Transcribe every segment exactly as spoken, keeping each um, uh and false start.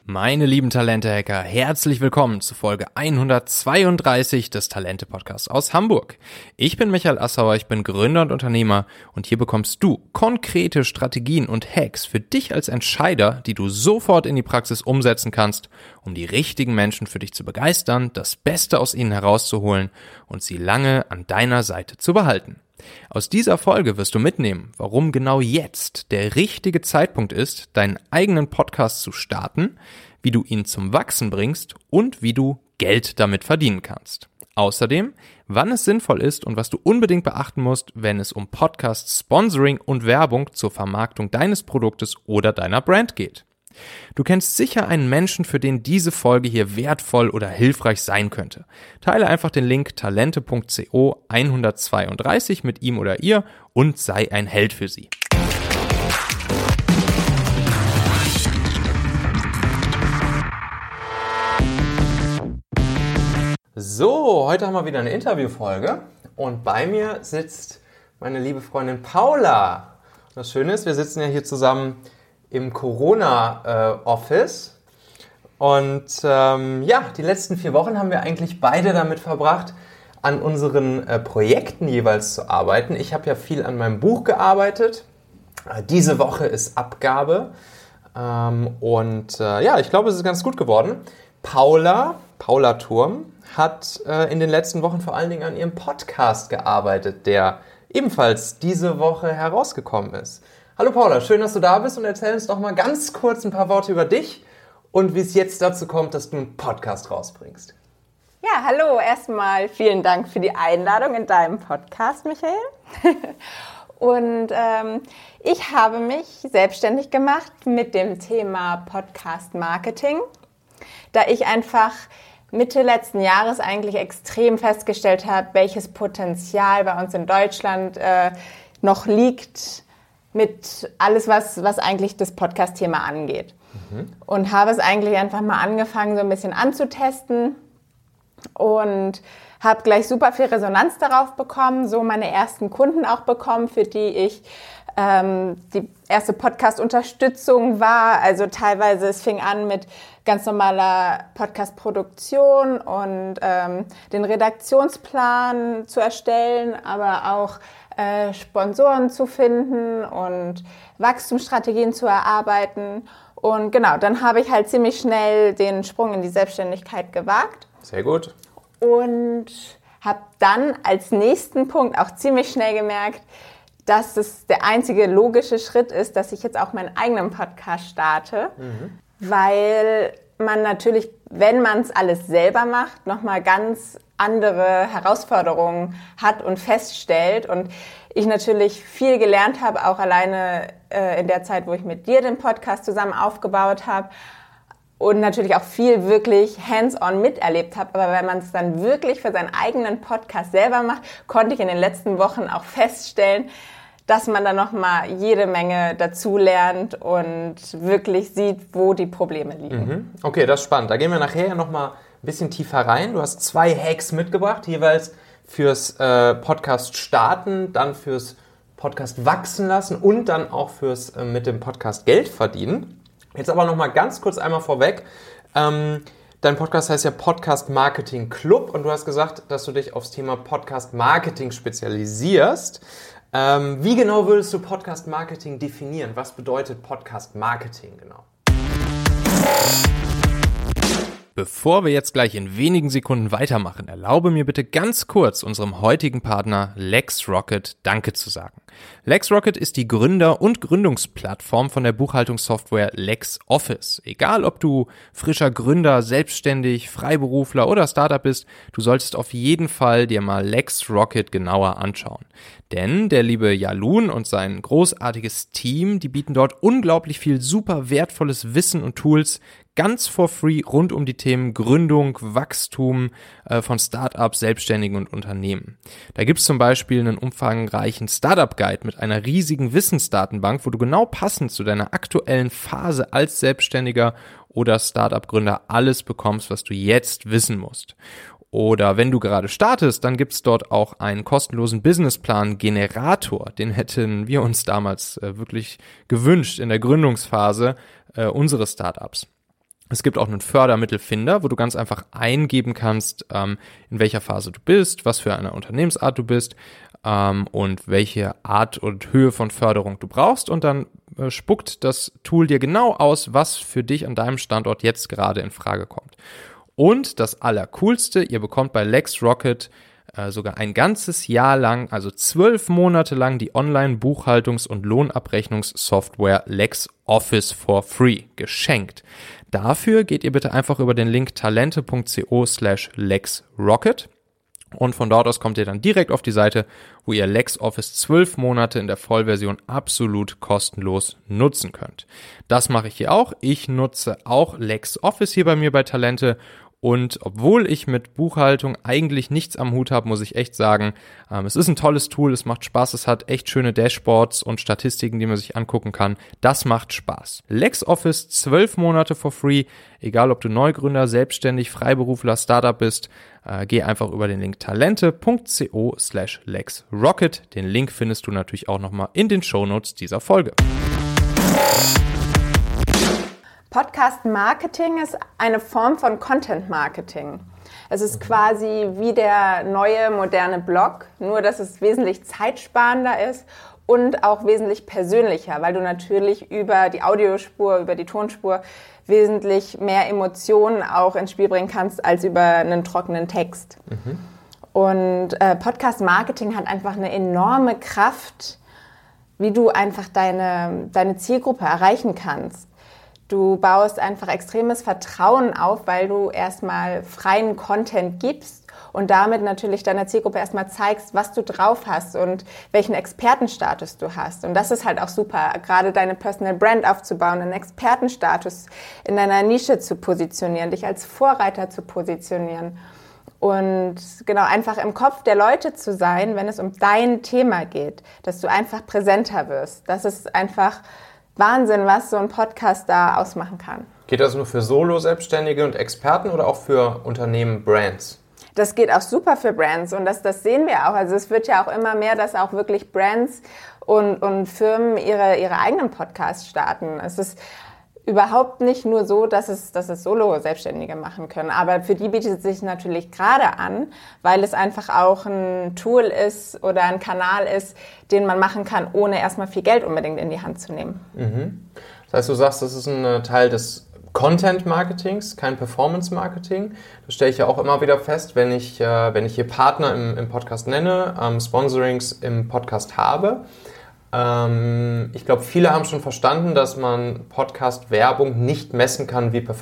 Meine lieben Talente-Hacker, herzlich willkommen zu Folge hundertzweiunddreißig des Talente-Podcasts aus Hamburg. Ich bin Michael Assauer, ich bin Gründer und Unternehmer und hier bekommst du konkrete Strategien und Hacks für dich als Entscheider, die du sofort in die Praxis umsetzen kannst, um die richtigen Menschen für dich zu begeistern, das Beste aus ihnen herauszuholen und sie lange an deiner Seite zu behalten. Aus dieser Folge wirst du mitnehmen, warum genau jetzt der richtige Zeitpunkt ist, deinen eigenen Podcast zu starten, wie du ihn zum Wachsen bringst und wie du Geld damit verdienen kannst. Außerdem, wann es sinnvoll ist und was du unbedingt beachten musst, wenn es um Podcast-Sponsoring und Werbung zur Vermarktung deines Produktes oder deiner Brand geht. Du kennst sicher einen Menschen, für den diese Folge hier wertvoll oder hilfreich sein könnte. Teile einfach den Link talente punkt co hundertzweiunddreißig mit ihm oder ihr und sei ein Held für sie. So, heute haben wir wieder eine Interviewfolge und bei mir sitzt meine liebe Freundin Paula. Das Schöne ist, wir sitzen ja hier zusammen im Corona-Office. Äh, und ähm, ja, die letzten vier Wochen haben wir eigentlich beide damit verbracht, an unseren äh, Projekten jeweils zu arbeiten. Ich habe ja viel an meinem Buch gearbeitet. Äh, diese Woche ist Abgabe. Ähm, und äh, ja, ich glaube, es ist ganz gut geworden. Paula, Paula Turm, hat äh, in den letzten Wochen vor allen Dingen an ihrem Podcast gearbeitet, der ebenfalls diese Woche herausgekommen ist. Hallo Paula, schön, dass du da bist und erzähl uns doch mal ganz kurz ein paar Worte über dich und wie es jetzt dazu kommt, dass du einen Podcast rausbringst. Ja, hallo, erstmal vielen Dank für die Einladung in deinem Podcast, Michael. Und ähm, ich habe mich selbstständig gemacht mit dem Thema Podcast Marketing, da ich einfach Mitte letzten Jahres eigentlich extrem festgestellt habe, welches Potenzial bei uns in Deutschland äh, noch liegt, mit alles, was, was eigentlich das Podcast-Thema angeht. Mhm. Und habe es eigentlich einfach mal angefangen, so ein bisschen anzutesten und habe gleich super viel Resonanz darauf bekommen, so meine ersten Kunden auch bekommen, für die ich ähm, die erste Podcast-Unterstützung war. Also teilweise, es fing an mit ganz normaler Podcast-Produktion und ähm, den Redaktionsplan zu erstellen, aber auch Äh, Sponsoren zu finden und Wachstumsstrategien zu erarbeiten. Und genau, dann habe ich halt ziemlich schnell den Sprung in die Selbstständigkeit gewagt. Sehr gut. Und habe dann als nächsten Punkt auch ziemlich schnell gemerkt, dass es der einzige logische Schritt ist, dass ich jetzt auch meinen eigenen Podcast starte, mhm. weil man natürlich, wenn man es alles selber macht, nochmal ganz andere Herausforderungen hat und feststellt. Und ich natürlich viel gelernt habe, auch alleine äh, in der Zeit, wo ich mit dir den Podcast zusammen aufgebaut habe und natürlich auch viel wirklich hands-on miterlebt habe. Aber wenn man es dann wirklich für seinen eigenen Podcast selber macht, konnte ich in den letzten Wochen auch feststellen, dass man dann nochmal jede Menge dazu lernt und wirklich sieht, wo die Probleme liegen. Mhm. Okay, das ist spannend. Da gehen wir nachher nochmal ein bisschen tiefer rein. Du hast zwei Hacks mitgebracht, jeweils fürs äh, Podcast starten, dann fürs Podcast wachsen lassen und dann auch fürs äh, mit dem Podcast Geld verdienen. Jetzt aber nochmal ganz kurz einmal vorweg. Ähm, dein Podcast heißt ja Podcast Marketing Club und du hast gesagt, dass du dich aufs Thema Podcast Marketing spezialisierst. Ähm, wie genau würdest du Podcast Marketing definieren? Was bedeutet Podcast Marketing genau? Bevor wir jetzt gleich in wenigen Sekunden weitermachen, erlaube mir bitte ganz kurz unserem heutigen Partner LexRocket Danke zu sagen. LexRocket ist die Gründer- und Gründungsplattform von der Buchhaltungssoftware LexOffice. Egal, ob du frischer Gründer, selbstständig, Freiberufler oder Startup bist, du solltest auf jeden Fall dir mal LexRocket genauer anschauen. Denn der liebe Jalun und sein großartiges Team, die bieten dort unglaublich viel super wertvolles Wissen und Tools, ganz for free rund um die Themen Gründung, Wachstum äh, von Startups, Selbstständigen und Unternehmen. Da gibt's zum Beispiel einen umfangreichen Startup-Guide mit einer riesigen Wissensdatenbank, wo du genau passend zu deiner aktuellen Phase als Selbstständiger oder Startup-Gründer alles bekommst, was du jetzt wissen musst. Oder wenn du gerade startest, dann gibt's dort auch einen kostenlosen Businessplan-Generator. Den hätten wir uns damals äh, wirklich gewünscht in der Gründungsphase äh, unseres Startups. Es gibt auch einen Fördermittelfinder, wo du ganz einfach eingeben kannst, ähm, in welcher Phase du bist, was für eine Unternehmensart du bist ähm, und welche Art und Höhe von Förderung du brauchst. Und dann äh, spuckt das Tool dir genau aus, was für dich an deinem Standort jetzt gerade in Frage kommt. Und das Allercoolste, ihr bekommt bei LexRocket äh, sogar ein ganzes Jahr lang, also zwölf Monate lang, die Online-Buchhaltungs- und Lohnabrechnungssoftware LexOffice for free geschenkt. Dafür geht ihr bitte einfach über den Link talente.co slash LexRocket und von dort aus kommt ihr dann direkt auf die Seite, wo ihr LexOffice zwölf Monate in der Vollversion absolut kostenlos nutzen könnt. Das mache ich hier auch. Ich nutze auch LexOffice hier bei mir bei Talente. Und obwohl ich mit Buchhaltung eigentlich nichts am Hut habe, muss ich echt sagen, ähm, es ist ein tolles Tool, es macht Spaß, es hat echt schöne Dashboards und Statistiken, die man sich angucken kann. Das macht Spaß. LexOffice zwölf Monate for free, egal ob du Neugründer, Selbstständig, Freiberufler, Startup bist, äh, geh einfach über den Link talente.co slash LexRocket. Den Link findest du natürlich auch nochmal in den Shownotes dieser Folge. Podcast-Marketing ist eine Form von Content-Marketing. Es ist quasi wie der neue, moderne Blog, nur dass es wesentlich zeitsparender ist und auch wesentlich persönlicher, weil du natürlich über die Audiospur, über die Tonspur wesentlich mehr Emotionen auch ins Spiel bringen kannst, als über einen trockenen Text. Mhm. Und äh, Podcast-Marketing hat einfach eine enorme Kraft, wie du einfach deine, deine Zielgruppe erreichen kannst. Du baust einfach extremes Vertrauen auf, weil du erstmal freien Content gibst und damit natürlich deiner Zielgruppe erstmal zeigst, was du drauf hast und welchen Expertenstatus du hast. Und das ist halt auch super, gerade deine Personal Brand aufzubauen, einen Expertenstatus in deiner Nische zu positionieren, dich als Vorreiter zu positionieren. Und genau, einfach im Kopf der Leute zu sein, wenn es um dein Thema geht, dass du einfach präsenter wirst. Das ist einfach Wahnsinn, was so ein Podcast da ausmachen kann. Geht das nur für Solo-Selbstständige und Experten oder auch für Unternehmen, Brands? Das geht auch super für Brands und das, das sehen wir auch. Also es wird ja auch immer mehr, dass auch wirklich Brands und, und Firmen ihre, ihre eigenen Podcasts starten. Es ist überhaupt nicht nur so, dass es, dass es Solo-Selbstständige machen können. Aber für die bietet es sich natürlich gerade an, weil es einfach auch ein Tool ist oder ein Kanal ist, den man machen kann, ohne erstmal viel Geld unbedingt in die Hand zu nehmen. Mhm. Das heißt, du sagst, das ist ein Teil des Content-Marketings, kein Performance-Marketing. Das stelle ich ja auch immer wieder fest, wenn ich, äh, wenn ich hier Partner im, im Podcast nenne, ähm, Sponsorings im Podcast habe. Ich glaube, viele haben schon verstanden, dass man Podcast-Werbung nicht messen kann wie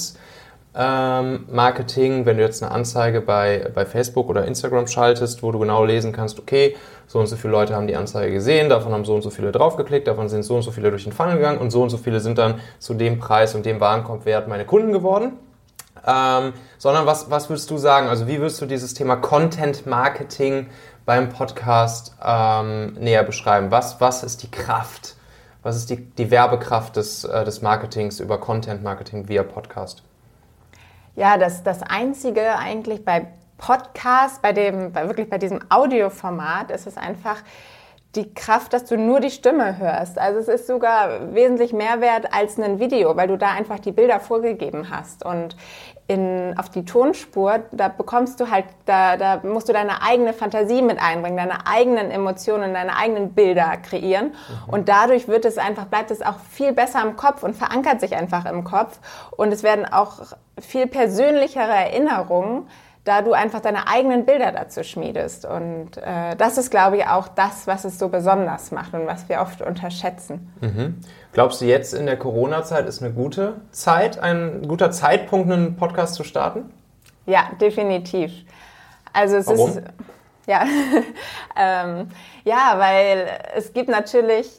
Performance-Marketing. Wenn du jetzt eine Anzeige bei, bei Facebook oder Instagram schaltest, wo du genau lesen kannst, okay, so und so viele Leute haben die Anzeige gesehen, davon haben so und so viele draufgeklickt, davon sind so und so viele durch den Funnel gegangen und so und so viele sind dann zu dem Preis und dem Warenkorbwert meine Kunden geworden. Ähm, sondern was, was würdest du sagen? Also wie würdest du dieses Thema Content-Marketing beim Podcast ähm, näher beschreiben? Was, was ist die Kraft? Was ist die, die Werbekraft des, äh, des Marketings über Content-Marketing via Podcast? Ja, das, das Einzige eigentlich bei Podcast, bei dem, bei, wirklich bei diesem Audioformat, ist es einfach die Kraft, dass du nur die Stimme hörst. Also es ist sogar wesentlich mehr wert als ein Video, weil du da einfach die Bilder vorgegeben hast. Und in, auf die Tonspur, da bekommst du halt, da, da musst du deine eigene Fantasie mit einbringen, deine eigenen Emotionen, deine eigenen Bilder kreieren. Mhm. Und dadurch wird es einfach, bleibt es auch viel besser im Kopf und verankert sich einfach im Kopf. Und es werden auch viel persönlichere Erinnerungen, da du einfach deine eigenen Bilder dazu schmiedest. Und äh, das ist, glaube ich, auch das, was es so besonders macht und was wir oft unterschätzen. Mhm. Glaubst du, jetzt in der Corona-Zeit ist eine gute Zeit, ein guter Zeitpunkt, einen Podcast zu starten? Ja, definitiv. Also es Warum? ist ja, ähm, ja, weil es gibt natürlich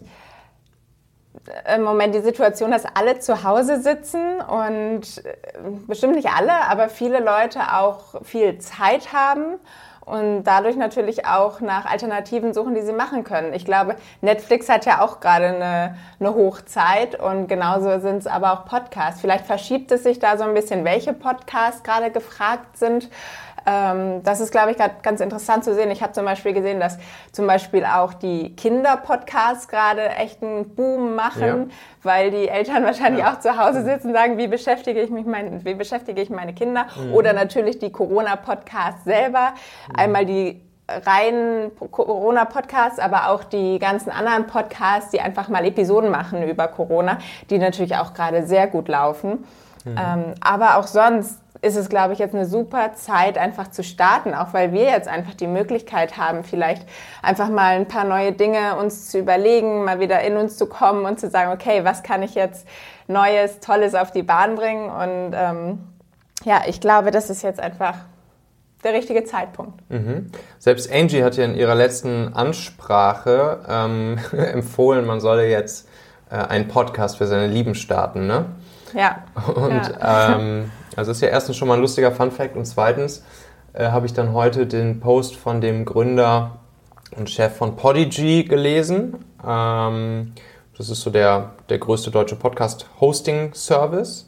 im Moment die Situation, dass alle zu Hause sitzen und bestimmt nicht alle, aber viele Leute auch viel Zeit haben und dadurch natürlich auch nach Alternativen suchen, die sie machen können. Ich glaube, Netflix hat ja auch gerade eine, eine Hochzeit und genauso sind es aber auch Podcasts. Vielleicht verschiebt es sich da so ein bisschen, welche Podcasts gerade gefragt sind. Ähm, das ist, glaube ich, grad ganz interessant zu sehen. Ich habe zum Beispiel gesehen, dass zum Beispiel auch die Kinder-Podcasts gerade echt einen Boom machen, ja. weil die Eltern wahrscheinlich ja. auch zu Hause sitzen und sagen, wie beschäftige ich mich mein, wie beschäftige ich meine Kinder? Mhm. Oder natürlich die Corona-Podcasts selber. Mhm. Einmal die reinen Corona-Podcasts, aber auch die ganzen anderen Podcasts, die einfach mal Episoden machen über Corona, die natürlich auch gerade sehr gut laufen. Mhm. Ähm, aber auch sonst ist es, glaube ich, jetzt eine super Zeit, einfach zu starten, auch weil wir jetzt einfach die Möglichkeit haben, vielleicht einfach mal ein paar neue Dinge uns zu überlegen, mal wieder in uns zu kommen und zu sagen, okay, was kann ich jetzt Neues, Tolles auf die Bahn bringen? Und ähm, ja, ich glaube, das ist jetzt einfach der richtige Zeitpunkt. Mhm. Selbst Angie hat ja in ihrer letzten Ansprache ähm, empfohlen, man solle jetzt äh, einen Podcast für seine Lieben starten, ne? Ja. Und ja. Ähm, also ist ja erstens schon mal ein lustiger Funfact und zweitens äh, habe ich dann heute den Post von dem Gründer und Chef von Podigy gelesen. Ähm, das ist so der, der größte deutsche Podcast-Hosting-Service,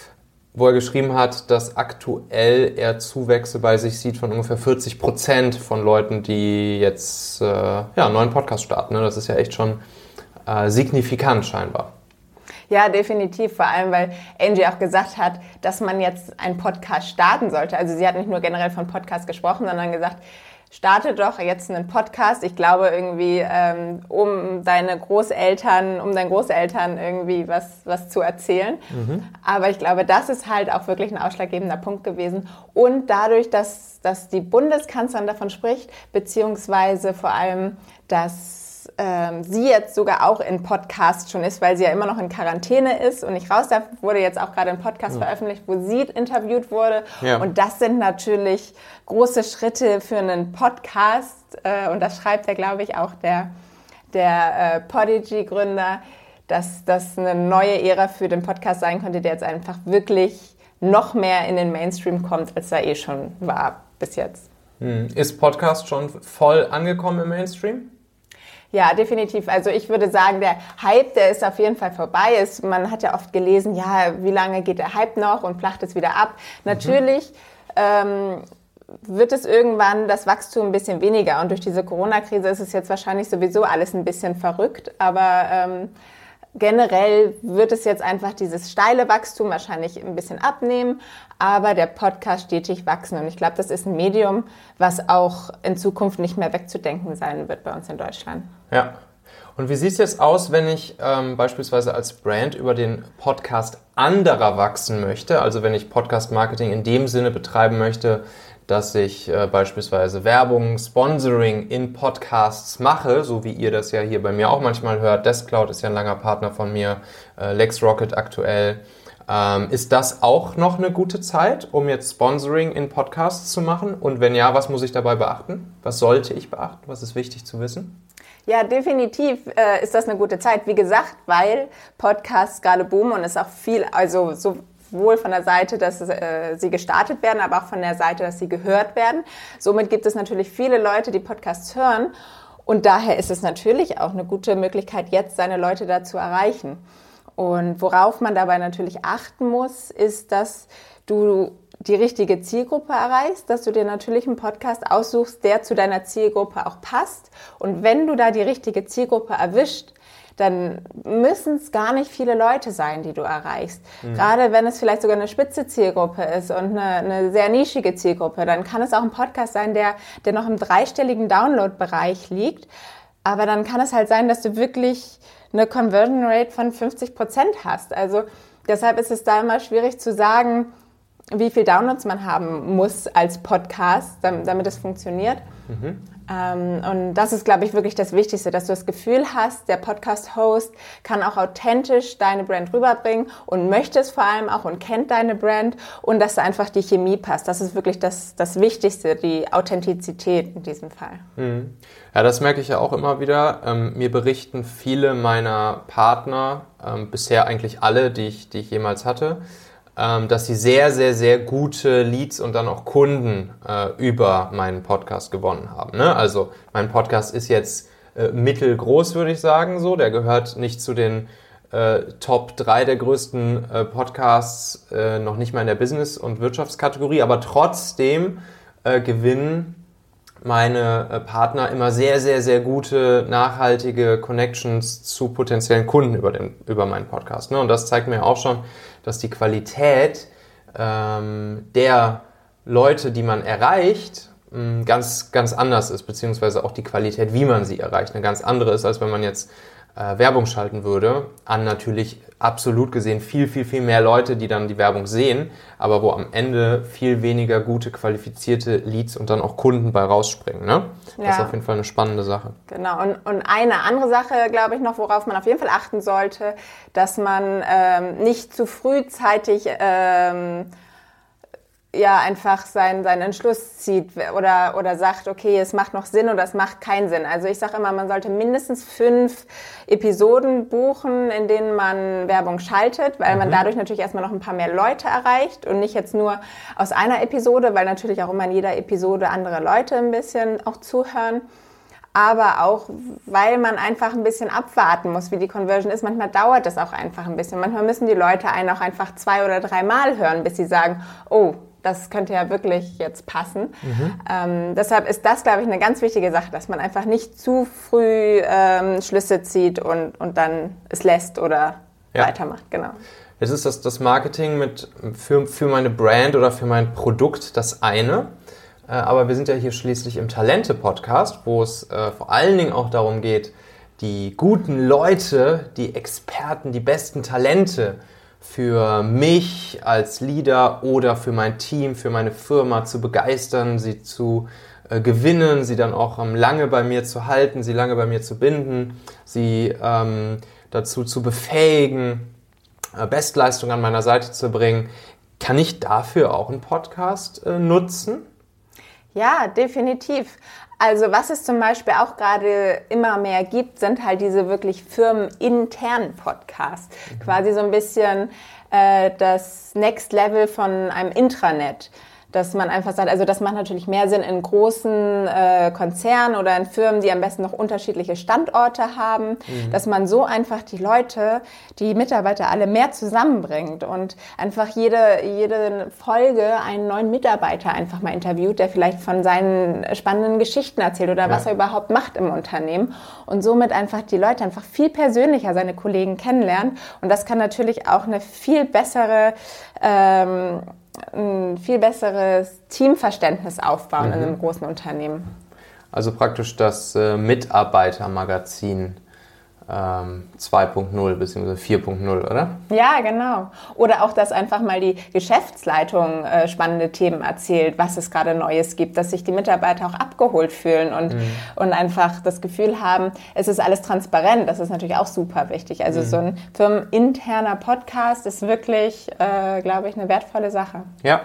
wo er geschrieben hat, dass aktuell er Zuwächse bei sich sieht von ungefähr vierzig Prozent von Leuten, die jetzt äh, ja, einen neuen Podcast starten. Ne? Das ist ja echt schon äh, signifikant scheinbar. Ja, definitiv. Vor allem, weil Angie auch gesagt hat, dass man jetzt einen Podcast starten sollte. Also sie hat nicht nur generell von Podcast gesprochen, sondern gesagt, starte doch jetzt einen Podcast. Ich glaube irgendwie, ähm, um deine Großeltern, um deinen Großeltern irgendwie was, was zu erzählen. Mhm. Aber ich glaube, das ist halt auch wirklich ein ausschlaggebender Punkt gewesen. Und dadurch, dass, dass die Bundeskanzlerin davon spricht, beziehungsweise vor allem, dass ähm, sie jetzt sogar auch in Podcast schon ist, weil sie ja immer noch in Quarantäne ist und nicht raus darf, wurde jetzt auch gerade ein Podcast ja. veröffentlicht, wo sie interviewt wurde. Ja. Und das sind natürlich große Schritte für einen Podcast. Äh, und das schreibt ja, glaube ich, auch der, der äh, Podigy-Gründer, dass das eine neue Ära für den Podcast sein könnte, der jetzt einfach wirklich noch mehr in den Mainstream kommt, als er eh schon war bis jetzt. Hm. Ist Podcast schon voll angekommen im Mainstream? Ja, definitiv. Also ich würde sagen, der Hype, der ist auf jeden Fall vorbei. Ist, man hat ja oft gelesen, ja, wie lange geht der Hype noch und flacht es wieder ab. Mhm. Natürlich ähm, wird es irgendwann das Wachstum ein bisschen weniger. Und durch diese Corona-Krise ist es jetzt wahrscheinlich sowieso alles ein bisschen verrückt. Aber ähm, generell wird es jetzt einfach dieses steile Wachstum wahrscheinlich ein bisschen abnehmen, aber der Podcast stetig wachsen. Und ich glaube, das ist ein Medium, was auch in Zukunft nicht mehr wegzudenken sein wird bei uns in Deutschland. Ja. Und wie sieht es jetzt aus, wenn ich ähm, beispielsweise als Brand über den Podcast anderer wachsen möchte? Also wenn ich Podcast-Marketing in dem Sinne betreiben möchte, dass ich äh, beispielsweise Werbung, Sponsoring in Podcasts mache, so wie ihr das ja hier bei mir auch manchmal hört. Deskcloud ist ja ein langer Partner von mir, äh, LexRocket aktuell. Ähm, ist das auch noch eine gute Zeit, um jetzt Sponsoring in Podcasts zu machen? Und wenn ja, was muss ich dabei beachten? Was sollte ich beachten? Was ist wichtig zu wissen? Ja, definitiv äh, ist das eine gute Zeit. Wie gesagt, weil Podcasts gerade boomen und es auch viel, also so sowohl von der Seite, dass äh, sie gestartet werden, aber auch von der Seite, dass sie gehört werden. Somit gibt es natürlich viele Leute, die Podcasts hören. Und daher ist es natürlich auch eine gute Möglichkeit, jetzt seine Leute da zu erreichen. Und worauf man dabei natürlich achten muss, ist, dass du die richtige Zielgruppe erreichst, dass du dir natürlich einen Podcast aussuchst, der zu deiner Zielgruppe auch passt. Und wenn du da die richtige Zielgruppe erwischt, dann müssen es gar nicht viele Leute sein, die du erreichst. Mhm. Gerade wenn es vielleicht sogar eine spitze Zielgruppe ist und eine, eine sehr nischige Zielgruppe, dann kann es auch ein Podcast sein, der, der noch im dreistelligen Download-Bereich liegt. Aber dann kann es halt sein, dass du wirklich eine Conversion Rate von fünfzig Prozent hast. Also deshalb ist es da immer schwierig zu sagen, wie viel Downloads man haben muss als Podcast, damit es funktioniert. Mhm. Ähm, und das ist, glaube ich, wirklich das Wichtigste, dass du das Gefühl hast, der Podcast-Host kann auch authentisch deine Brand rüberbringen und möchte es vor allem auch und kennt deine Brand und dass da einfach die Chemie passt. Das ist wirklich das, das Wichtigste, die Authentizität in diesem Fall. Mhm. Ja, das merke ich ja auch immer wieder. Ähm, mir berichten viele meiner Partner, ähm, bisher eigentlich alle, die ich, die ich jemals hatte, dass sie sehr, sehr, sehr gute Leads und dann auch Kunden äh, über meinen Podcast gewonnen haben. Ne? Also mein Podcast ist jetzt äh, mittelgroß, würde ich sagen. So, der gehört nicht zu den äh, Top drei der größten äh, Podcasts, äh, noch nicht mal in der Business- und Wirtschaftskategorie, aber trotzdem äh, gewinnen meine äh, Partner immer sehr, sehr, sehr gute, nachhaltige Connections zu potenziellen Kunden über, den, über meinen Podcast. Ne? Und das zeigt mir auch schon, dass die Qualität ähm, der Leute, die man erreicht, mh, ganz, ganz anders ist, beziehungsweise auch die Qualität, wie man sie erreicht, eine ganz andere ist, als wenn man jetzt äh, Werbung schalten würde, an natürlich absolut gesehen viel, viel, viel mehr Leute, die dann die Werbung sehen, aber wo am Ende viel weniger gute, qualifizierte Leads und dann auch Kunden bei rausspringen. Ne? Das ja. ist auf jeden Fall eine spannende Sache. Genau. Und, und eine andere Sache, glaube ich, noch, worauf man auf jeden Fall achten sollte, dass man ähm, nicht zu frühzeitig ähm, ja einfach seinen, seinen Entschluss zieht oder, oder sagt, okay, es macht noch Sinn oder es macht keinen Sinn. Also ich sage immer, man sollte mindestens fünf Episoden buchen, in denen man Werbung schaltet, weil mhm. man dadurch natürlich erstmal noch ein paar mehr Leute erreicht und nicht jetzt nur aus einer Episode, weil natürlich auch immer in jeder Episode andere Leute ein bisschen auch zuhören. Aber auch, weil man einfach ein bisschen abwarten muss, wie die Conversion ist. Manchmal dauert das auch einfach ein bisschen. Manchmal müssen die Leute einen auch einfach zwei oder drei Mal hören, bis sie sagen, oh, das könnte ja wirklich jetzt passen. Mhm. Ähm, deshalb ist das, glaube ich, eine ganz wichtige Sache, dass man einfach nicht zu früh ähm, Schlüsse zieht und, und dann es lässt oder ja. weitermacht. Genau. Jetzt ist das, das Marketing mit, für, für meine Brand oder für mein Produkt das eine. Äh, aber wir sind ja hier schließlich im Talente-Podcast, wo es äh, vor allen Dingen auch darum geht, die guten Leute, die Experten, die besten Talente für mich als Leader oder für mein Team, für meine Firma zu begeistern, sie zu äh, gewinnen, sie dann auch ähm, lange bei mir zu halten, sie lange bei mir zu binden, sie ähm, dazu zu befähigen, äh, Bestleistung an meiner Seite zu bringen. Kann ich dafür auch einen Podcast äh, nutzen? Ja, definitiv. Also was es zum Beispiel auch gerade immer mehr gibt, sind halt diese wirklich firmeninternen Podcasts. Mhm. Quasi so ein bisschen äh, das Next Level von einem Intranet. Dass man einfach sagt, also das macht natürlich mehr Sinn in großen äh, Konzernen oder in Firmen, die am besten noch unterschiedliche Standorte haben, mhm. dass man so einfach die Leute, die Mitarbeiter alle mehr zusammenbringt und einfach jede, jede Folge einen neuen Mitarbeiter einfach mal interviewt, der vielleicht von seinen spannenden Geschichten erzählt oder ja. was er überhaupt macht im Unternehmen und somit einfach die Leute einfach viel persönlicher seine Kollegen kennenlernen und das kann natürlich auch eine viel bessere ähm, ein viel besseres Teamverständnis aufbauen mhm. in einem großen Unternehmen. Also praktisch das äh, Mitarbeitermagazin ähm, zwei Punkt null bzw. vier Punkt null, oder? Ja, genau. Oder auch, dass einfach mal die Geschäftsleitung äh, spannende Themen erzählt, was es gerade Neues gibt, dass sich die Mitarbeiter auch abgeholt fühlen und, mhm. und einfach das Gefühl haben, es ist alles transparent. Das ist natürlich auch super wichtig. Also mhm. so ein firmeninterner Podcast ist wirklich, äh, glaube ich, eine wertvolle Sache. Ja,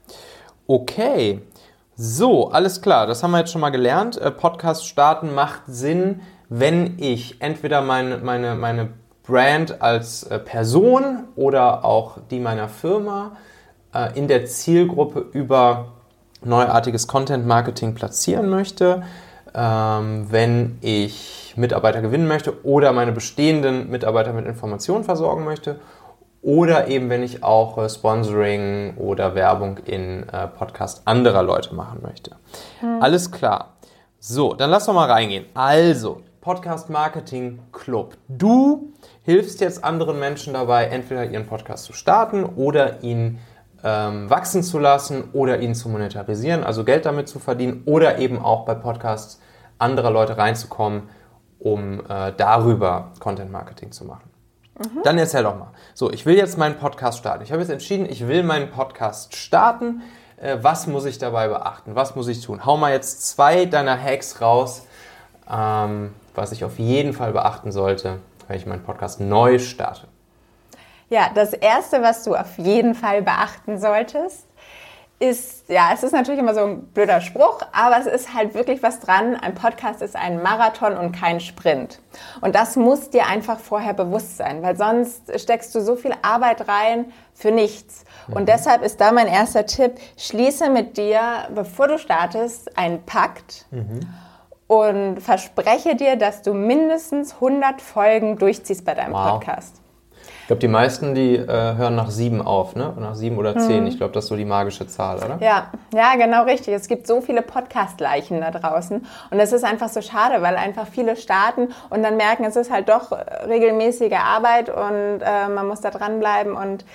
okay. So, alles klar. Das haben wir jetzt schon mal gelernt. Äh, Podcast starten macht Sinn, wenn ich entweder meine, meine, meine Brand als äh, Person oder auch die meiner Firma äh, in der Zielgruppe über neuartiges Content-Marketing platzieren möchte, ähm, wenn ich Mitarbeiter gewinnen möchte oder meine bestehenden Mitarbeiter mit Informationen versorgen möchte oder eben wenn ich auch äh, Sponsoring oder Werbung in äh, Podcast anderer Leute machen möchte. Hm. Alles klar. So, dann lass doch mal reingehen. Also, Podcast Marketing Club. Du hilfst jetzt anderen Menschen dabei, entweder ihren Podcast zu starten oder ihn ähm, wachsen zu lassen oder ihn zu monetarisieren, also Geld damit zu verdienen oder eben auch bei Podcasts anderer Leute reinzukommen, um äh, darüber Content Marketing zu machen. Mhm. Dann erzähl doch mal. So, ich will jetzt meinen Podcast starten. Ich habe jetzt entschieden, ich will meinen Podcast starten. Äh, was muss ich dabei beachten? Was muss ich tun? Hau mal jetzt zwei deiner Hacks raus, ähm, was ich auf jeden Fall beachten sollte, wenn ich meinen Podcast neu starte. Ja, das Erste, was du auf jeden Fall beachten solltest, ist, ja, es ist natürlich immer so ein blöder Spruch, aber es ist halt wirklich was dran. Ein Podcast ist ein Marathon und kein Sprint. Und das muss dir einfach vorher bewusst sein, weil sonst steckst du so viel Arbeit rein für nichts. Und mhm. deshalb ist da mein erster Tipp, schließe mit dir, bevor du startest, einen Pakt mhm. und verspreche dir, dass du mindestens hundert Folgen durchziehst bei deinem wow. Podcast. Ich glaube, die meisten, die äh, hören nach sieben auf, ne? Nach sieben oder zehn. Mhm. Ich glaube, das ist so die magische Zahl, oder? Ja, ja, genau richtig. Es gibt so viele Podcast-Leichen da draußen. Und das ist einfach so schade, weil einfach viele starten und dann merken, es ist halt doch regelmäßige Arbeit und äh, man muss da dranbleiben und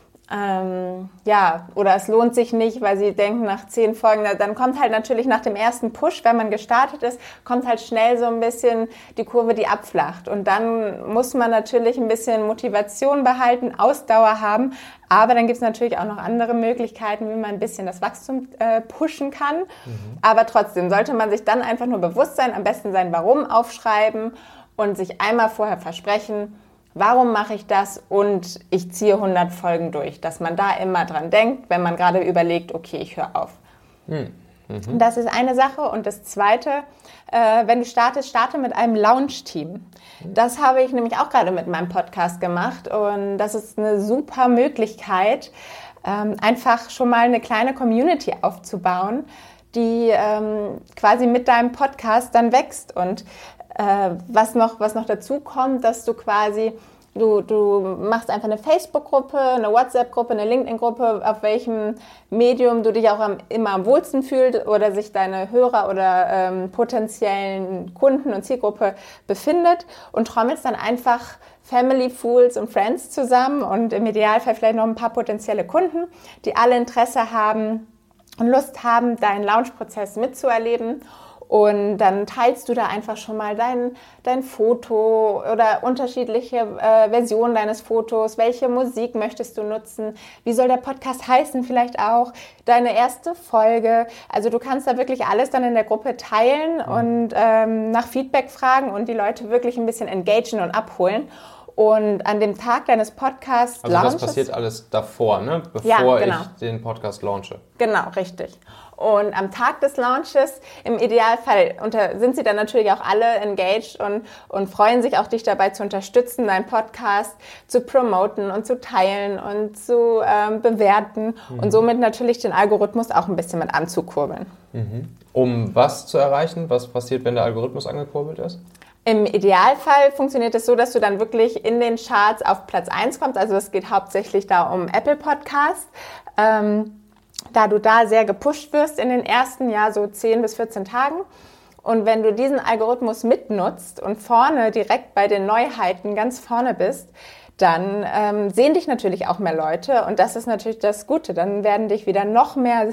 Ähm, ja, oder es lohnt sich nicht, weil sie denken, nach zehn Folgen, dann kommt halt natürlich nach dem ersten Push, wenn man gestartet ist, kommt halt schnell so ein bisschen die Kurve, die abflacht. Und dann muss man natürlich ein bisschen Motivation behalten, Ausdauer haben. Aber dann gibt es natürlich auch noch andere Möglichkeiten, wie man ein bisschen das Wachstum äh, pushen kann. Mhm. Aber trotzdem sollte man sich dann einfach nur bewusst sein, am besten sein Warum aufschreiben und sich einmal vorher versprechen, warum mache ich das und ich ziehe hundert Folgen durch, dass man da immer dran denkt, wenn man gerade überlegt, okay, ich höre auf. Hm. Mhm. Das ist eine Sache. Und das Zweite, äh, wenn du startest, starte mit einem Launch-Team. Das habe ich nämlich auch gerade mit meinem Podcast gemacht und das ist eine super Möglichkeit, ähm, einfach schon mal eine kleine Community aufzubauen, die ähm, quasi mit deinem Podcast dann wächst. Und Äh, was noch, was noch dazu kommt, dass du quasi, du, du machst einfach eine Facebook-Gruppe, eine WhatsApp-Gruppe, eine LinkedIn-Gruppe, auf welchem Medium du dich auch am, immer am wohlsten fühlst oder sich deine Hörer oder ähm, potenziellen Kunden und Zielgruppe befindet und trommelst dann einfach Family, Fools und Friends zusammen und im Idealfall vielleicht noch ein paar potenzielle Kunden, die alle Interesse haben und Lust haben, deinen Launch-Prozess mitzuerleben. Und dann teilst du da einfach schon mal dein, dein Foto oder unterschiedliche äh, Versionen deines Fotos. Welche Musik möchtest du nutzen? Wie soll der Podcast heißen? Vielleicht auch deine erste Folge. Also du kannst da wirklich alles dann in der Gruppe teilen mhm. und ähm, nach Feedback fragen und die Leute wirklich ein bisschen engagieren und abholen. Und an dem Tag deines Podcasts Also launches, das passiert alles davor, ne? Bevor ja, genau. ich den Podcast launche. Genau, richtig. Und am Tag des Launches, im Idealfall unter, sind sie dann natürlich auch alle engaged und, und freuen sich auch, dich dabei zu unterstützen, deinen Podcast zu promoten und zu teilen und zu ähm, bewerten mhm. und somit natürlich den Algorithmus auch ein bisschen mit anzukurbeln. Mhm. Um was zu erreichen? Was passiert, wenn der Algorithmus angekurbelt ist? Im Idealfall funktioniert es so, dass du dann wirklich in den Charts auf Platz eins kommst. Also es geht hauptsächlich da um Apple Podcast. Ähm, da du da sehr gepusht wirst in den ersten Jahr so zehn bis vierzehn Tagen. Und wenn du diesen Algorithmus mitnutzt und vorne direkt bei den Neuheiten ganz vorne bist, dann ähm, sehen dich natürlich auch mehr Leute und das ist natürlich das Gute. Dann werden dich wieder noch mehr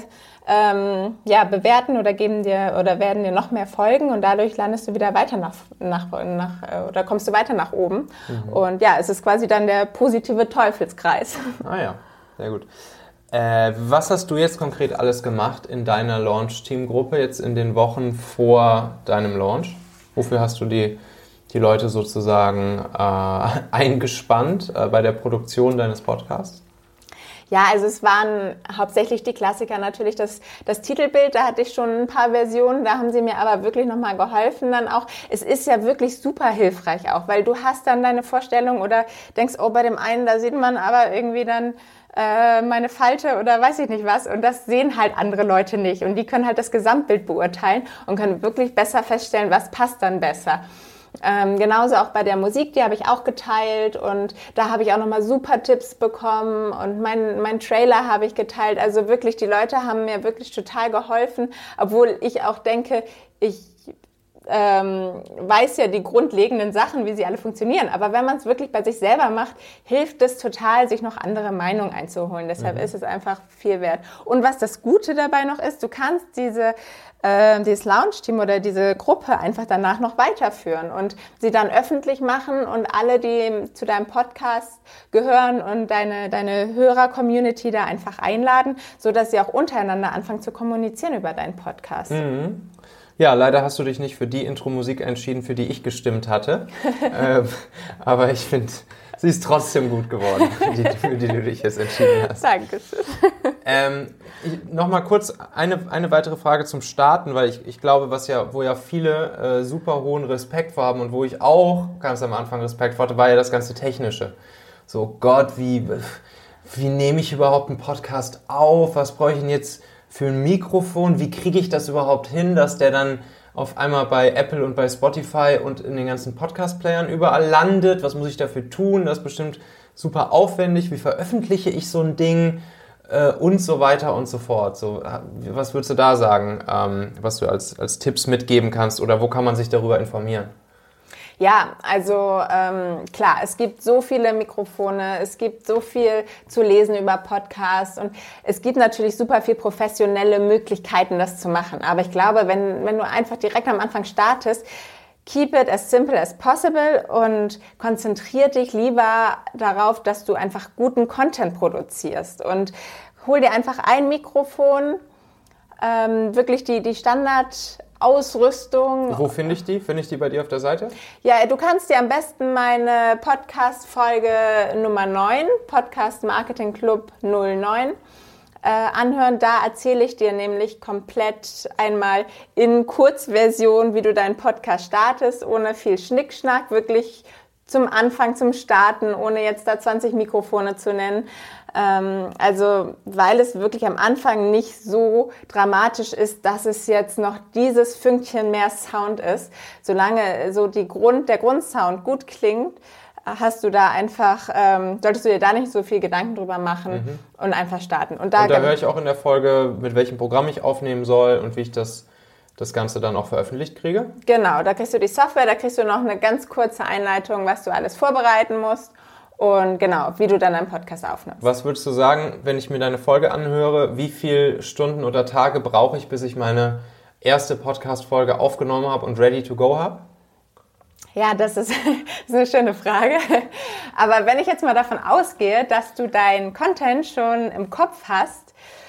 ähm, ja, bewerten oder geben dir oder werden dir noch mehr folgen und dadurch landest du wieder weiter nach, nach, nach oder kommst du weiter nach oben. Mhm. Und ja, es ist quasi dann der positive Teufelskreis. Ah ja, sehr gut. Äh, was hast du jetzt konkret alles gemacht in deiner Launch-Team-Gruppe jetzt in den Wochen vor deinem Launch? Wofür hast du die die Leute sozusagen äh, eingespannt äh, bei der Produktion deines Podcasts? Ja, also es waren hauptsächlich die Klassiker natürlich, das, das Titelbild, da hatte ich schon ein paar Versionen, da haben sie mir aber wirklich nochmal geholfen dann auch. Es ist ja wirklich super hilfreich auch, weil du hast dann deine Vorstellung oder denkst, oh, bei dem einen, da sieht man aber irgendwie dann äh, meine Falte oder weiß ich nicht was und das sehen halt andere Leute nicht und die können halt das Gesamtbild beurteilen und können wirklich besser feststellen, was passt dann besser. Ähm, genauso auch bei der Musik, die habe ich auch geteilt und da habe ich auch nochmal super Tipps bekommen und mein, mein Trailer habe ich geteilt. Also wirklich, die Leute haben mir wirklich total geholfen, obwohl ich auch denke, ich ähm, weiß ja die grundlegenden Sachen, wie sie alle funktionieren. Aber wenn man es wirklich bei sich selber macht, hilft es total, sich noch andere Meinungen einzuholen. Deshalb mhm. ist es einfach viel wert. Und was das Gute dabei noch ist, du kannst diese äh, dieses Launch-Team oder diese Gruppe einfach danach noch weiterführen und sie dann öffentlich machen und alle, die zu deinem Podcast gehören und deine, deine Hörer-Community da einfach einladen, sodass sie auch untereinander anfangen zu kommunizieren über deinen Podcast. Mhm. Ja, leider hast du dich nicht für die Intro-Musik entschieden, für die ich gestimmt hatte. ähm, aber ich finde, sie ist trotzdem gut geworden, die, für die du dich jetzt entschieden hast. Dankeschön. Ähm, Nochmal kurz eine, eine weitere Frage zum Starten, weil ich, ich glaube, was ja, wo ja viele äh, super hohen Respekt vor haben und wo ich auch ganz am Anfang Respekt vor hatte, war ja das ganze Technische. So, Gott, wie, wie nehme ich überhaupt einen Podcast auf? Was brauche ich denn jetzt für ein Mikrofon? Wie kriege ich das überhaupt hin, dass der dann auf einmal bei Apple und bei Spotify und in den ganzen Podcast-Playern überall landet? Was muss ich dafür tun? Das ist bestimmt super aufwendig, wie veröffentliche ich so ein Ding äh, und so weiter und so fort. So, was würdest du da sagen, ähm, was du als, als Tipps mitgeben kannst oder wo kann man sich darüber informieren? Ja, also ähm, klar, es gibt so viele Mikrofone, es gibt so viel zu lesen über Podcasts und es gibt natürlich super viel professionelle Möglichkeiten, das zu machen. Aber ich glaube, wenn, wenn du einfach direkt am Anfang startest, keep it as simple as possible und konzentrier dich lieber darauf, dass du einfach guten Content produzierst und hol dir einfach ein Mikrofon, ähm, wirklich die, die Standard Ausrüstung. Wo finde ich die? Finde ich die bei dir auf der Seite? Ja, du kannst dir am besten meine Podcast-Folge Nummer neun, Podcast Marketing Club null neun, äh, anhören. Da erzähle ich dir nämlich komplett einmal in Kurzversion, wie du deinen Podcast startest, ohne viel Schnickschnack, wirklich zum Anfang, zum Starten, ohne jetzt da zwanzig Mikrofone zu nennen. Ähm, also, weil es wirklich am Anfang nicht so dramatisch ist, dass es jetzt noch dieses Fünkchen mehr Sound ist. Solange so die Grund, der Grundsound gut klingt, hast du da einfach, ähm, solltest du dir da nicht so viel Gedanken drüber machen mhm. und einfach starten. Und da, und da höre ich auch in der Folge, mit welchem Programm ich aufnehmen soll und wie ich das das Ganze dann auch veröffentlicht kriege? Genau, da kriegst du die Software, da kriegst du noch eine ganz kurze Einleitung, was du alles vorbereiten musst und genau, wie du dann einen Podcast aufnimmst. Was würdest du sagen, wenn ich mir deine Folge anhöre, wie viele Stunden oder Tage brauche ich, bis ich meine erste Podcast-Folge aufgenommen habe und ready to go habe? Ja, das ist, das ist eine schöne Frage. Aber wenn ich jetzt mal davon ausgehe, dass du deinen Content schon im Kopf hast,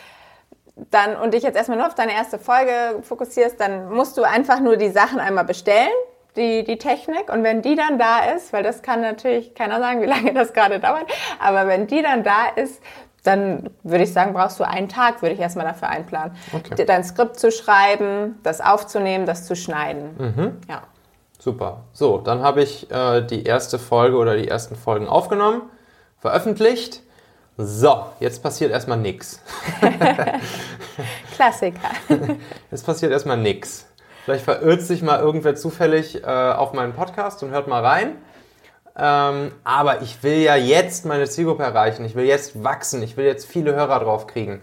dann und dich jetzt erstmal nur auf deine erste Folge fokussierst, dann musst du einfach nur die Sachen einmal bestellen, die, die Technik. Und wenn die dann da ist, weil das kann natürlich keiner sagen, wie lange das gerade dauert, aber wenn die dann da ist, dann würde ich sagen, brauchst du einen Tag, würde ich erstmal dafür einplanen. Okay. Dein Skript zu schreiben, das aufzunehmen, das zu schneiden. Mhm. Ja. Super. So, dann habe ich äh, die erste Folge oder die ersten Folgen aufgenommen, veröffentlicht. So, jetzt passiert erstmal nichts. Klassiker. Jetzt passiert erstmal nichts. Vielleicht verirrt sich mal irgendwer zufällig äh, auf meinen Podcast und hört mal rein. Ähm, aber ich will ja jetzt meine Zielgruppe erreichen. Ich will jetzt wachsen. Ich will jetzt viele Hörer drauf kriegen.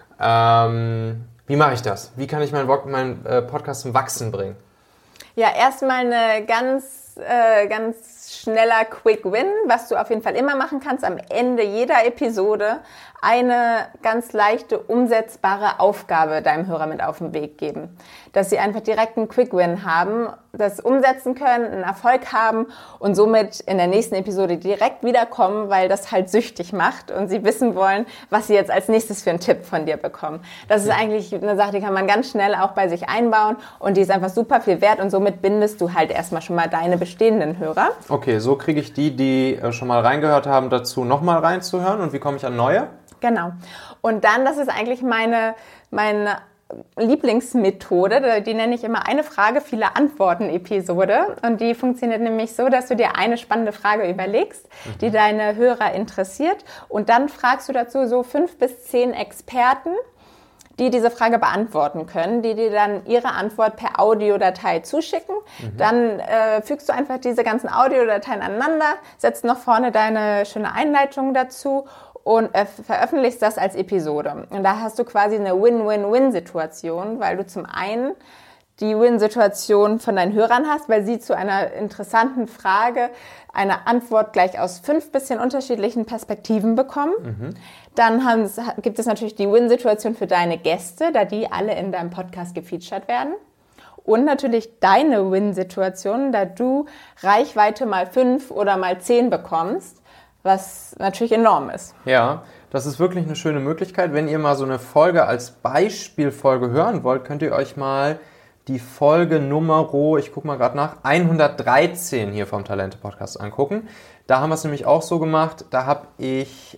Ähm, wie mache ich das? Wie kann ich meinen mein, äh, Podcast zum Wachsen bringen? Ja, erstmal eine ganz, äh, ganz schneller Quick Win, was du auf jeden Fall immer machen kannst, am Ende jeder Episode eine ganz leichte, umsetzbare Aufgabe deinem Hörer mit auf den Weg geben. Dass sie einfach direkt einen Quick Win haben, das umsetzen können, einen Erfolg haben und somit in der nächsten Episode direkt wiederkommen, weil das halt süchtig macht und sie wissen wollen, was sie jetzt als nächstes für einen Tipp von dir bekommen. Das ist eigentlich eine Sache, die kann man ganz schnell auch bei sich einbauen und die ist einfach super viel wert und somit bindest du halt erstmal schon mal deine bestehenden Hörer. Okay, so kriege ich die, die schon mal reingehört haben, dazu nochmal reinzuhören und wie komme ich an neue? Genau. Und dann, das ist eigentlich meine, meine Lieblingsmethode, die nenne ich immer eine Frage, viele Antworten-Episode. Und die funktioniert nämlich so, dass du dir eine spannende Frage überlegst, mhm. die deine Hörer interessiert. Und dann fragst du dazu so fünf bis zehn Experten, die diese Frage beantworten können, die dir dann ihre Antwort per Audiodatei zuschicken. Mhm. Dann äh, fügst du einfach diese ganzen Audiodateien aneinander, setzt noch vorne deine schöne Einleitung dazu und äh, veröffentlichst das als Episode. Und da hast du quasi eine Win-Win-Win-Situation, weil du zum einen die Win-Situation von deinen Hörern hast, weil sie zu einer interessanten Frage eine Antwort gleich aus fünf bisschen unterschiedlichen Perspektiven bekommen. Mhm. Dann haben, gibt es natürlich die Win-Situation für deine Gäste, da die alle in deinem Podcast gefeatured werden. Und natürlich deine Win-Situation, da du Reichweite mal fünf oder mal zehn bekommst, was natürlich enorm ist. Ja, das ist wirklich eine schöne Möglichkeit. Wenn ihr mal so eine Folge als Beispielfolge hören wollt, könnt ihr euch mal die Folge Nummer, ich gucke mal gerade nach, hundertdreizehn hier vom Talente-Podcast angucken. Da haben wir es nämlich auch so gemacht, da habe ich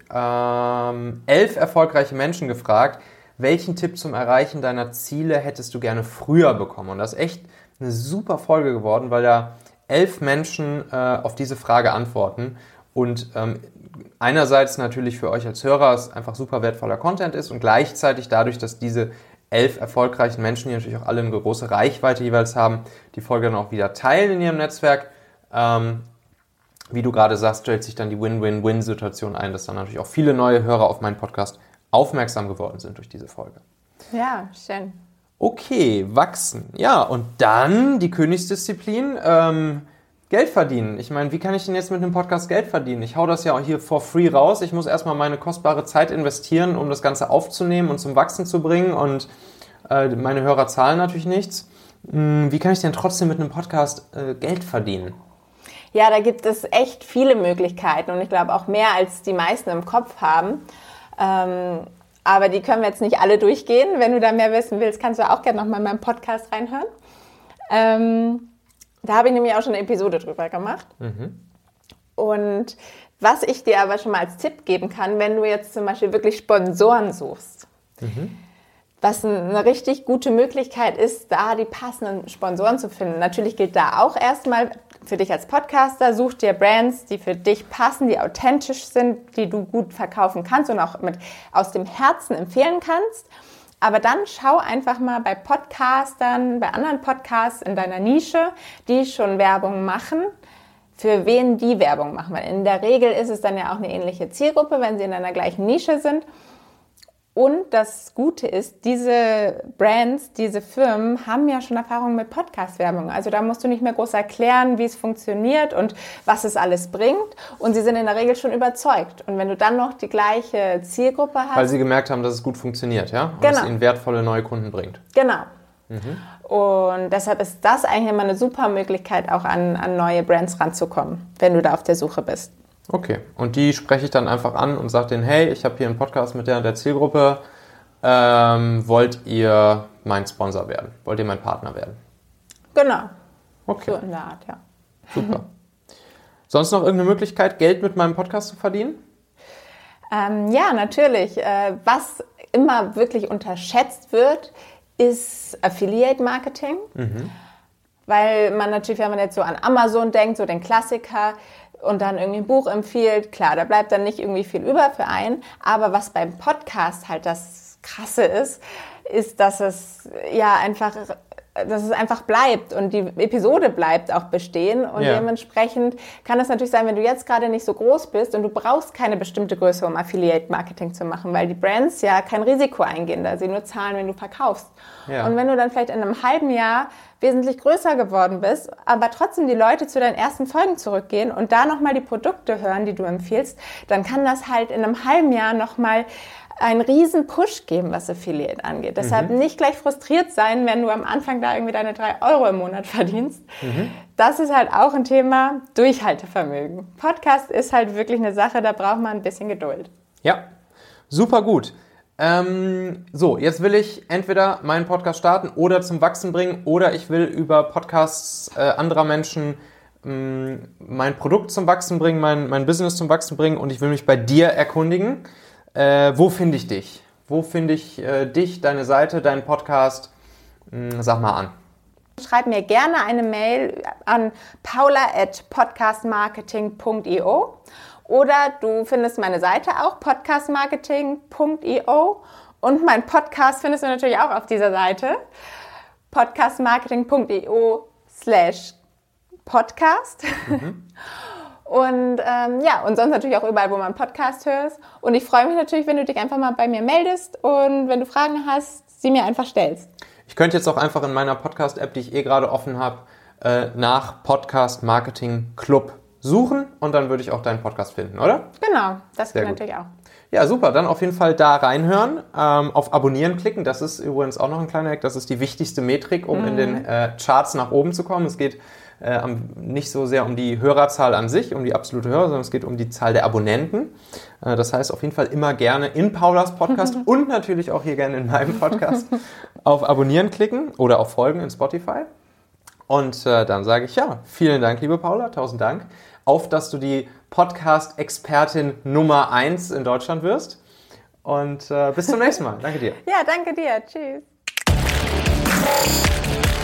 ähm, elf erfolgreiche Menschen gefragt, welchen Tipp zum Erreichen deiner Ziele hättest du gerne früher bekommen? Und das ist echt eine super Folge geworden, weil da elf Menschen äh, auf diese Frage antworten. Und ähm, einerseits natürlich für euch als Hörer es einfach super wertvoller Content ist und gleichzeitig dadurch, dass diese elf erfolgreichen Menschen, die natürlich auch alle eine große Reichweite jeweils haben, die Folge dann auch wieder teilen in ihrem Netzwerk, ähm, wie du gerade sagst, stellt sich dann die Win-Win-Win-Situation ein, dass dann natürlich auch viele neue Hörer auf meinen Podcast aufmerksam geworden sind durch diese Folge. Ja, schön. Okay, wachsen. Ja, und dann die Königsdisziplin, ähm, Geld verdienen. Ich meine, wie kann ich denn jetzt mit einem Podcast Geld verdienen? Ich hau das ja auch hier for free raus. Ich muss erstmal meine kostbare Zeit investieren, um das Ganze aufzunehmen und zum Wachsen zu bringen. Und äh, meine Hörer zahlen natürlich nichts. Hm, wie kann ich denn trotzdem mit einem Podcast äh, Geld verdienen? Ja, da gibt es echt viele Möglichkeiten und ich glaube auch mehr, als die meisten im Kopf haben. Ähm, aber die können wir jetzt nicht alle durchgehen. Wenn du da mehr wissen willst, kannst du auch gerne nochmal in meinen Podcast reinhören. Ähm, da habe ich nämlich auch schon eine Episode drüber gemacht. Mhm. Und was ich dir aber schon mal als Tipp geben kann, wenn du jetzt zum Beispiel wirklich Sponsoren suchst, mhm. was eine richtig gute Möglichkeit ist, da die passenden Sponsoren zu finden. Natürlich gilt da auch erstmal für dich als Podcaster, such dir Brands, die für dich passen, die authentisch sind, die du gut verkaufen kannst und auch mit aus dem Herzen empfehlen kannst. Aber dann schau einfach mal bei Podcastern, bei anderen Podcasts in deiner Nische, die schon Werbung machen, für wen die Werbung machen. Weil in der Regel ist es dann ja auch eine ähnliche Zielgruppe, wenn sie in einer gleichen Nische sind. Und das Gute ist, diese Brands, diese Firmen haben ja schon Erfahrung mit Podcast-Werbung. Also da musst du nicht mehr groß erklären, wie es funktioniert und was es alles bringt. Und sie sind in der Regel schon überzeugt. Und wenn du dann noch die gleiche Zielgruppe hast... Weil sie gemerkt haben, dass es gut funktioniert, ja? Und genau. es ihnen wertvolle neue Kunden bringt. Genau. Mhm. Und deshalb ist das eigentlich immer eine super Möglichkeit, auch an, an neue Brands ranzukommen, wenn du da auf der Suche bist. Okay, und die spreche ich dann einfach an und sage denen, hey, ich habe hier einen Podcast mit der und der Zielgruppe, ähm, wollt ihr mein Sponsor werden? Wollt ihr mein Partner werden? Genau, okay. So in der Art, ja. Super. Sonst noch irgendeine Möglichkeit, Geld mit meinem Podcast zu verdienen? Ähm, ja, natürlich. Äh, was immer wirklich unterschätzt wird, ist Affiliate-Marketing. Mhm. Weil man natürlich, wenn man jetzt so an Amazon denkt, so den Klassiker, und dann irgendwie ein Buch empfiehlt, klar, da bleibt dann nicht irgendwie viel über für einen. Aber was beim Podcast halt das Krasse ist, ist, dass es ja einfach, dass es einfach bleibt und die Episode bleibt auch bestehen. Und ja. dementsprechend kann es natürlich sein, wenn du jetzt gerade nicht so groß bist und du brauchst keine bestimmte Größe, um Affiliate-Marketing zu machen, weil die Brands ja kein Risiko eingehen, da sie nur zahlen, wenn du verkaufst. Ja. Und wenn du dann vielleicht in einem halben Jahr wesentlich größer geworden bist, aber trotzdem die Leute zu deinen ersten Folgen zurückgehen und da nochmal die Produkte hören, die du empfiehlst, dann kann das halt in einem halben Jahr nochmal einen riesen Push geben, was Affiliate angeht. Deshalb mhm. nicht gleich frustriert sein, wenn du am Anfang da irgendwie deine drei Euro im Monat verdienst. Mhm. Das ist halt auch ein Thema Durchhaltevermögen. Podcast ist halt wirklich eine Sache, da braucht man ein bisschen Geduld. Ja, super gut. Ähm, so, jetzt will ich entweder meinen Podcast starten oder zum Wachsen bringen oder ich will über Podcasts äh, anderer Menschen mh, mein Produkt zum Wachsen bringen, mein, mein Business zum Wachsen bringen und ich will mich bei dir erkundigen. Äh, wo finde ich dich? Wo finde ich äh, dich, deine Seite, deinen Podcast? Mh, sag mal an. Schreib mir gerne eine Mail an paula at podcastmarketing punkt io. Oder du findest meine Seite auch, podcastmarketing punkt io. Und mein Podcast findest du natürlich auch auf dieser Seite, podcastmarketing punkt io slash podcast. Mhm. Und ähm, ja, und sonst natürlich auch überall, wo man Podcast hörst. Und ich freue mich natürlich, wenn du dich einfach mal bei mir meldest und wenn du Fragen hast, sie mir einfach stellst. Ich könnte jetzt auch einfach in meiner Podcast-App, die ich eh gerade offen habe, äh, nach Podcast Marketing Club suchen und dann würde ich auch deinen Podcast finden, oder? Genau, das geht natürlich auch. Ja, super. Dann auf jeden Fall da reinhören, ähm, auf Abonnieren klicken. Das ist übrigens auch noch ein kleiner Hack. Das ist die wichtigste Metrik, um mhm. in den äh, Charts nach oben zu kommen. Es geht äh, nicht so sehr um die Hörerzahl an sich, um die absolute Hörer, sondern es geht um die Zahl der Abonnenten. Äh, das heißt auf jeden Fall immer gerne in Paulas Podcast und natürlich auch hier gerne in meinem Podcast auf Abonnieren klicken oder auf Folgen in Spotify. Und äh, dann sage ich ja, vielen Dank, liebe Paula, tausend Dank. Auf, dass du die Podcast-Expertin Nummer eins in Deutschland wirst. Und äh, bis zum nächsten Mal. Danke dir. Ja, danke dir. Tschüss.